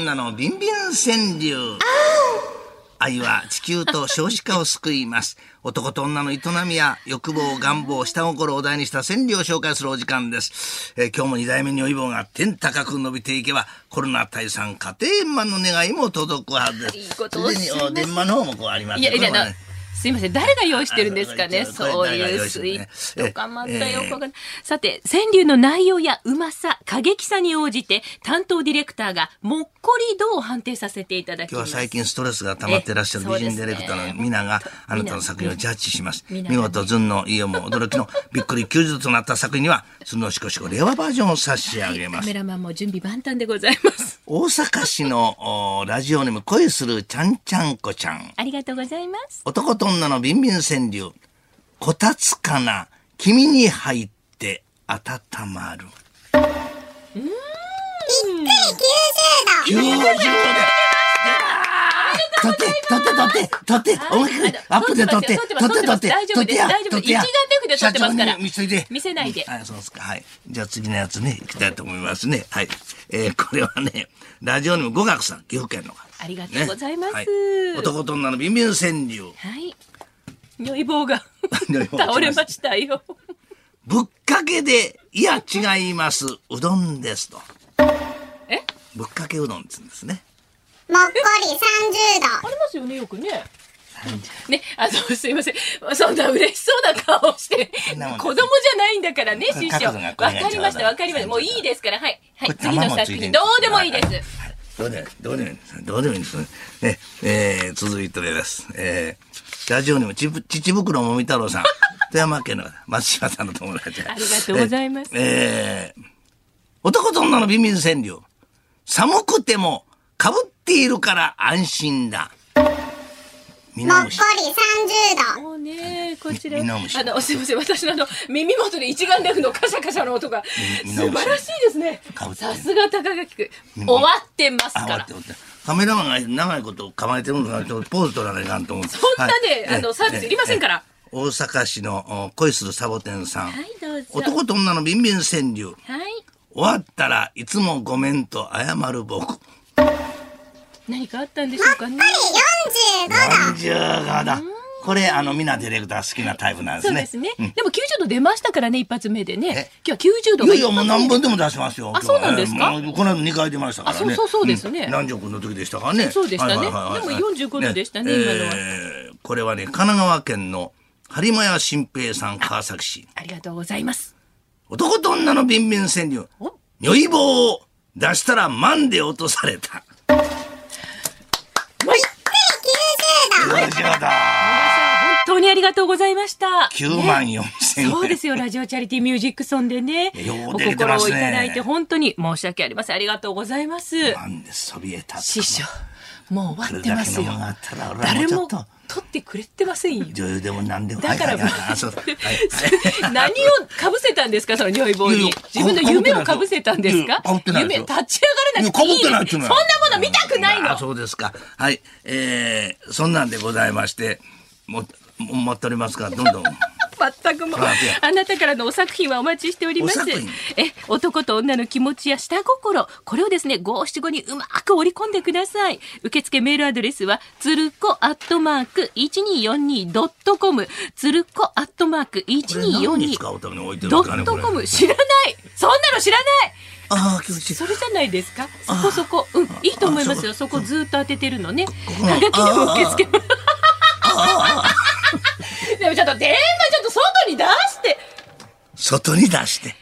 女のビンビン川柳。愛は地球と少子化を救います。男と女の営みや欲望、願望、下心を題にした川柳を紹介するお時間です。今日も2代目におい棒が天高く伸びていけば、コロナ退散家庭円満の願いも届くはずです。 いいことをおっしゃいます。 すでに電話の方もこうあります。 すいません、誰が用意してるんですかね、そういうスイッチとかまたよくわかんない。さて、川柳の内容やうまさ、過激さに応じて担当ディレクターがもっこり度を判定させていただきます。 今日は最近ストレスが溜まってらっしゃる美人ディレクターのミナがあなたの作品をジャッジします。見事ずんのいいよも驚きのびっくり90度となった作品にはすんのしこしこ令和バージョンを差し上げます。 カメラマンも準備万端でございます。 大阪市のラジオネーム恋するちゃんちゃんこちゃん。 ありがとうございます。 男と女のビンビン川柳。こたつかな君に入って温まる。90度で撮って思いっきりアップで撮って大丈夫です大丈夫です。一眼レフで撮ってますから見せないで。 そうですか。はい。じゃあ次のやつねいきたいと思いますね。はい。これはねラジオネーム語学さん岐阜県の。 ありがとうございます。 はい、男と女のビンビン川柳。 はい。如意棒が倒れましたよ。 ぶっかけでいや違いますうどんですと。ぶっかけうどんって言うんですね。 もっこり30度。 ありますよねよくね。ね、すいません。そんな嬉しそうな顔して、子供じゃないんだからね、師匠。わかりました。もういいですから、はい。はい、次の作品、どうでもいいです。 どうでもいいですね。続いてです。ラジオにも父袋もみ太郎さん、富山県の松島さんの友達。 ありがとうございます。 男と女のビンビン川柳。寒くても被っているから安心だ。 もっこり30度。 もうね、こちら。すいません、私の耳元で一眼レフのカシャカシャの音が素晴らしいですね。さすが高垣くん。終わってますから。 カメラマンが長いこと構えてるのがポーズ取らないかんと思って。 そんなね、サービスいりませんから。 大阪市の恋するサボテンさん。 はい、どうぞ。 男と女のビンビン川柳。 はい。 終わったらいつもごめんと謝る僕。 何かあったんでしょうかね。 45度。これみんなディレクター好きなタイプなんですね。 そうですね。でも90度出ましたからね一発目でね。今日は90度が。 いやもう何本でも出しますよ。 あ、そうなんですか。 この間2回出ましたからね。 そうですね。 南條君の時でしたからね。 そうでしたね。でも45度でしたね今のは。 これはね神奈川県の播磨屋新平さん川崎市。 ありがとうございます。男と女のビンビン川柳。如意棒を出したら万で落とされた。90度。 本当にありがとうございました。 94,000円。 そうですよ、ラジオチャリティーミュージックソンでね。お心をいただいて本当に申し訳ありません。ありがとうございます。 なんでそびえた。 師匠、もう終わってますよ。誰も取ってくれてませんよ。 女優でも何でも。 だから何をかぶせたんですかその如意棒に。自分の夢をかぶせたんですか。夢立ち上がれなくていい。そんなもの見たくないの。 そうですか。はい。そんなんでございまして、待っておりますからどんどん。 全くもうあなたからのお作品はお待ちしております。男と女の気持ちや下心、これをですね五七五にうまく織り込んでください。受付メールアドレスはつるこ@1242.com つるこ@1242.com 知らない。そんなの知らない。それじゃないですか。そこいいと思いますよ。そこずっと当ててるのね。はがきでも受け付けでもちょっと電話外に出して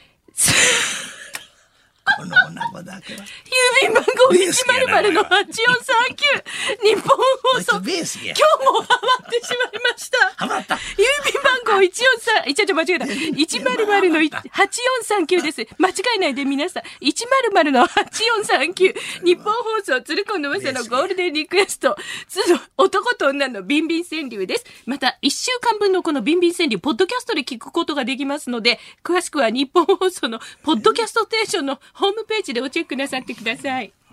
この女子だけは郵便番号100-8439日本放送。今日もハマってしまいました。郵便番号143間違えた100-8439です。間違えないで皆さん。100-8439日本放送鶴子の噂のゴールデンリクエスト男と女のビンビン川柳です。また1週間分のこのビンビン川柳ポッドキャストで聞くことができますので、詳しくは日本放送のポッドキャストステーションのホームページでおチェックなさってください。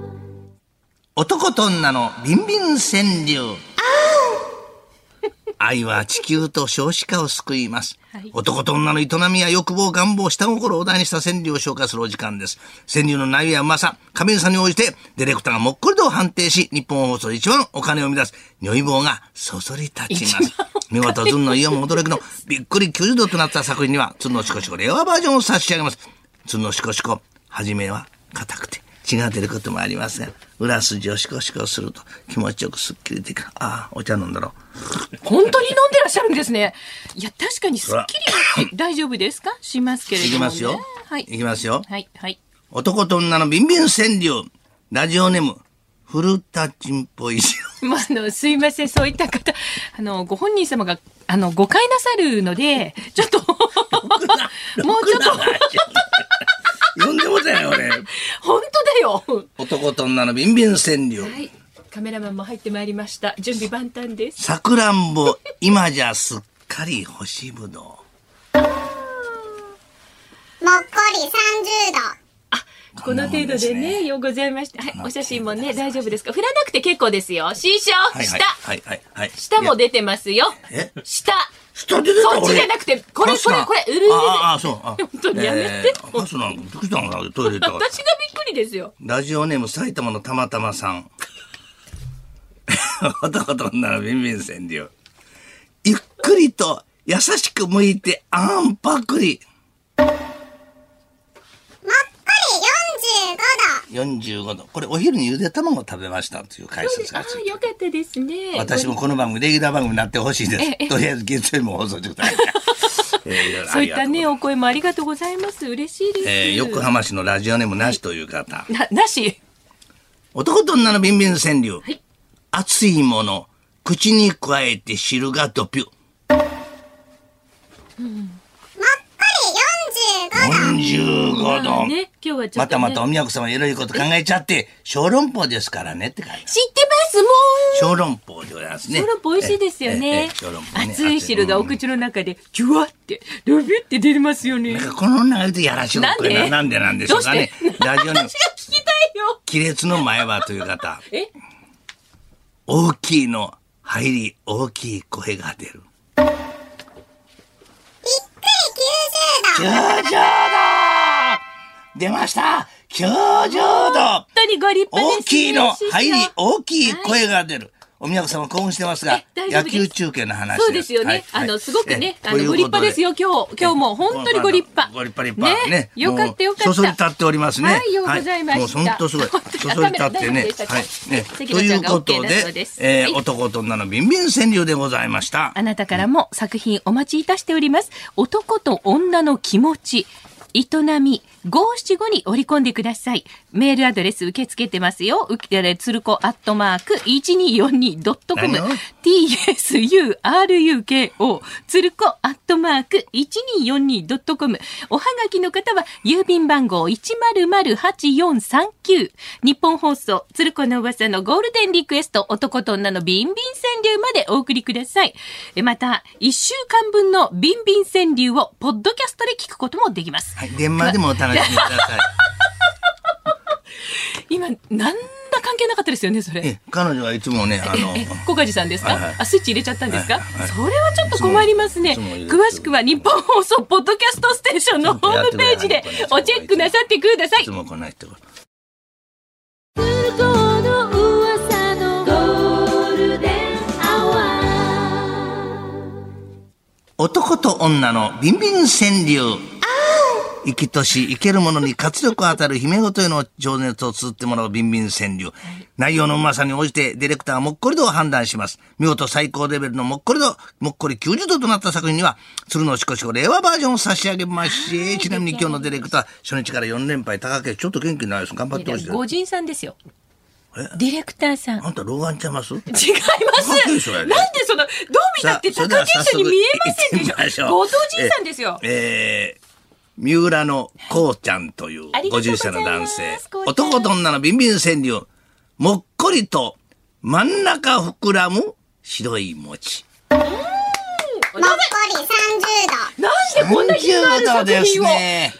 男と女のビンビン川柳。 愛は地球と少子化を救います。 はい、 男と女の営みや欲望、願望、下心をお題にした川柳を紹介するお時間です。川柳の内容やうまさ、神さんに応じて、ディレクターがもっこりと判定し、日本放送で一番お金を生み出す、如意棒がそそり立ちます。見事、ずんのイオンも驚きのびっくり90度となった作品には、つんのしこしこ令和バージョンを差し上げます。つんのしこしこ、はじめは硬くて血が出ることもありますが、裏筋をシコシコすると気持ちよくすっきりできる。ああ、お茶飲んだろう。 本当に飲んでらっしゃるんですね。いや、確かにすっきり大丈夫ですか？しますけれども、ね。 いきますよ。 はい。 いきますよ。 はい、はい。 男と女のビンビン川柳。ラジオネーム、古田ちんぽいし。 まあ、すいません、そういった方、ご本人様が、誤解なさるので、ちょっと、もうちょっと。 呼んでもたよ、俺。 本当だよ。 男と女のビンビン川柳。 はい。カメラマンも入ってまいりました。準備万端です。 さくらんぼ、今じゃすっかり干しぶどう。 もっこり30度。 この程度でね、ようございました。はい、お写真もね、大丈夫ですか？振らなくて結構ですよ。師匠、下。 はいはいはい。 下も出てますよ。下。 下出てた。 そっちじゃなくて、これ、うるああ、そう。本当にやめて。 あ、そうなの。どうしたの？トイレ行ったから。 私がびっくりですよ。 ラジオネーム埼玉のたまたまさん。男と女のビンビン川柳。ゆっくりと優しく向いてあんぱくり。45度。これお昼にゆで卵を食べましたという解説がついて。 ああ、よかったですね。 私もこの番組、レギュラー番組になってほしいです。とりあえず月曜日も放送中だ。 そういったね、お声もありがとうございます。嬉しいです。 横浜市のラジオネームなしという方。 なし。 男と女のビンビン川柳。はい、熱いもの、口に加えて汁がドピュ。45度。 ね、今日はちょっと、ね、 またまたおみやこさんはいろいろこと考えちゃって、小籠包ですからねって書いてある。 知ってますもん。 小籠包でございますね。 小籠包美味しいですよね。 小籠包ね。 熱い汁がお口の中で、ジュワって、ドビュって出ますよね。 なんかこの女が言うとやらしい。なんでなんでしょうかね。ラジオに。 私が聞きたいよ。 亀裂の前はという方。大きいの入り、大きい声が出る。90度出ました90度本当にご立派ですね。 大きいの入り、大きい声が出る。おみやこさんは興奮してますが、野球中継の話です。 そうですよね。すごくね、ご立派ですよ、今日も本当にご立派。 ご立派ね。 よかったよかった。 そそり立っておりますね。 はい、ようございました。 もう本当すごい。そそり立ってね。はい。ということで、男と女のビンビン川柳でございました。 あなたからも作品お待ちいたしております。男と女の気持ち。営み575に織り込んでください。メールアドレス受け付けてますよ。つるこ@1242.com tsuruko つるこ@1242.com おはがきの方は郵便番号 100-8439 日本放送つるこの噂のゴールデンリクエスト男と女のビンビン川柳までお送りください。また1週間分のビンビン川柳をポッドキャストで聞くこともできます。 はい、電話でもお楽しみください。 今、なんだ関係なかったですよね、それ。 彼女はいつもね、 小梶さんですか、スイッチ入れちゃったんですか、それはちょっと困りますね。詳しくは日本放送ポッドキャストステーションのホームページでおチェックなさってください。 いつも来ないってこと。男と女のビンビン川柳。生きとし生けるものに活力を与える姫ごとへの情熱を綴ってもらうビンビン川柳。内容のうまさに応じてディレクターはもっこり度を判断します。見事最高レベルのもっこり90度となった作品には、鶴のしこしこ令和バージョンを差し上げますし、ちなみに今日のディレクター、初日から4連敗高け、ちょっと元気ないです。頑張ってほしいです。 ご人さんですよ。ディレクターさん。 あんた老眼ちゃいます？違います。なんでその、どう見たって貴景勝に見えませんでしょ。ご当人さんですよ。 三浦のこうちゃんという50歳の男性。男と女のビンビン川柳。もっこりと真ん中膨らむ白い餅。 もっこり30度。 なんでこんな日がある作品を、どうし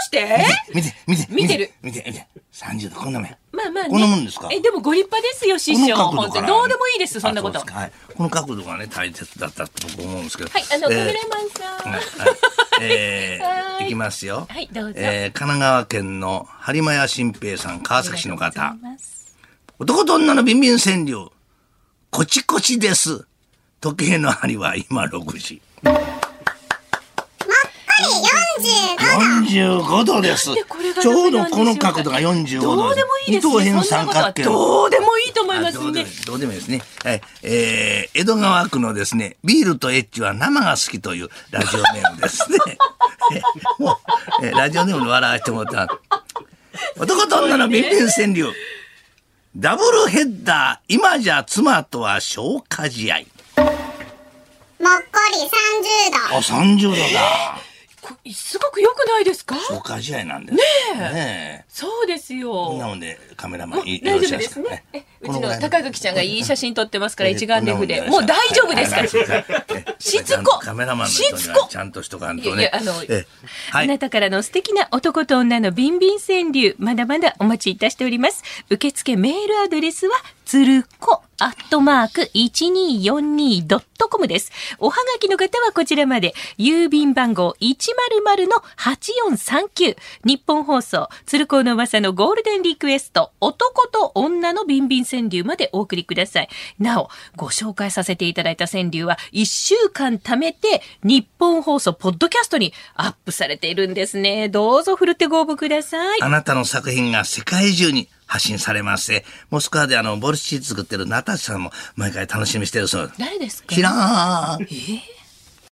して見て。 見てる。 見て。30度、こんなもん。 まあまあね。 こんなもんですか？ でもご立派ですよ、師匠。 この角度から本当にどうでもいいです、そんなこと。 そうですか。はい。この角度がね、大切だったと僕思うんですけど。 はい、カメラマンさん。 いきますよ。 はい、どうぞ。 神奈川県の播磨屋新平さん、川崎市の方。男と女のビンビン川柳。こちこちです。時計の針は今6時。45度です。ちょうどこの角度が45度。 どうでもいいですね。 二等辺三角形。 どうでもいいと思いますね。 どうでもいいですね。はい。江戸川区のですね、ビールとエッチは生が好きというラジオネームですね。もう、ラジオネームで笑わせてもらった。男と女のビンビン川柳。ダブルヘッダー、今じゃ妻とは消化試合。 もっこり30度。 あ、30度だ。 すごく良くないですか？ 消化試合なんですねえ。そうですよ。 なのでカメラマン大丈夫ですね。うちの高垣ちゃんがいい写真撮ってますから一眼レフでもう大丈夫ですから。しつこ。 カメラマンの人にはちゃんとしとかんとね。 あなたからの素敵な男と女のビンビン川柳まだまだお待ちいたしております。受付メールアドレスはつるこ@1242.com です。おはがきの方はこちらまで。郵便番号 100-8439 日本放送鶴光の噂のゴールデンリクエスト男と女のビンビン川柳までお送りください。なおご紹介させていただいた川柳は1週間貯めて日本放送ポッドキャストにアップされているんですね。どうぞふるってご応募ください。 あなたの作品が世界中に発信されまして、モスクワでボルシチ作ってるナタシさんも毎回楽しみにしてるそうです。 誰ですか？ 知らん。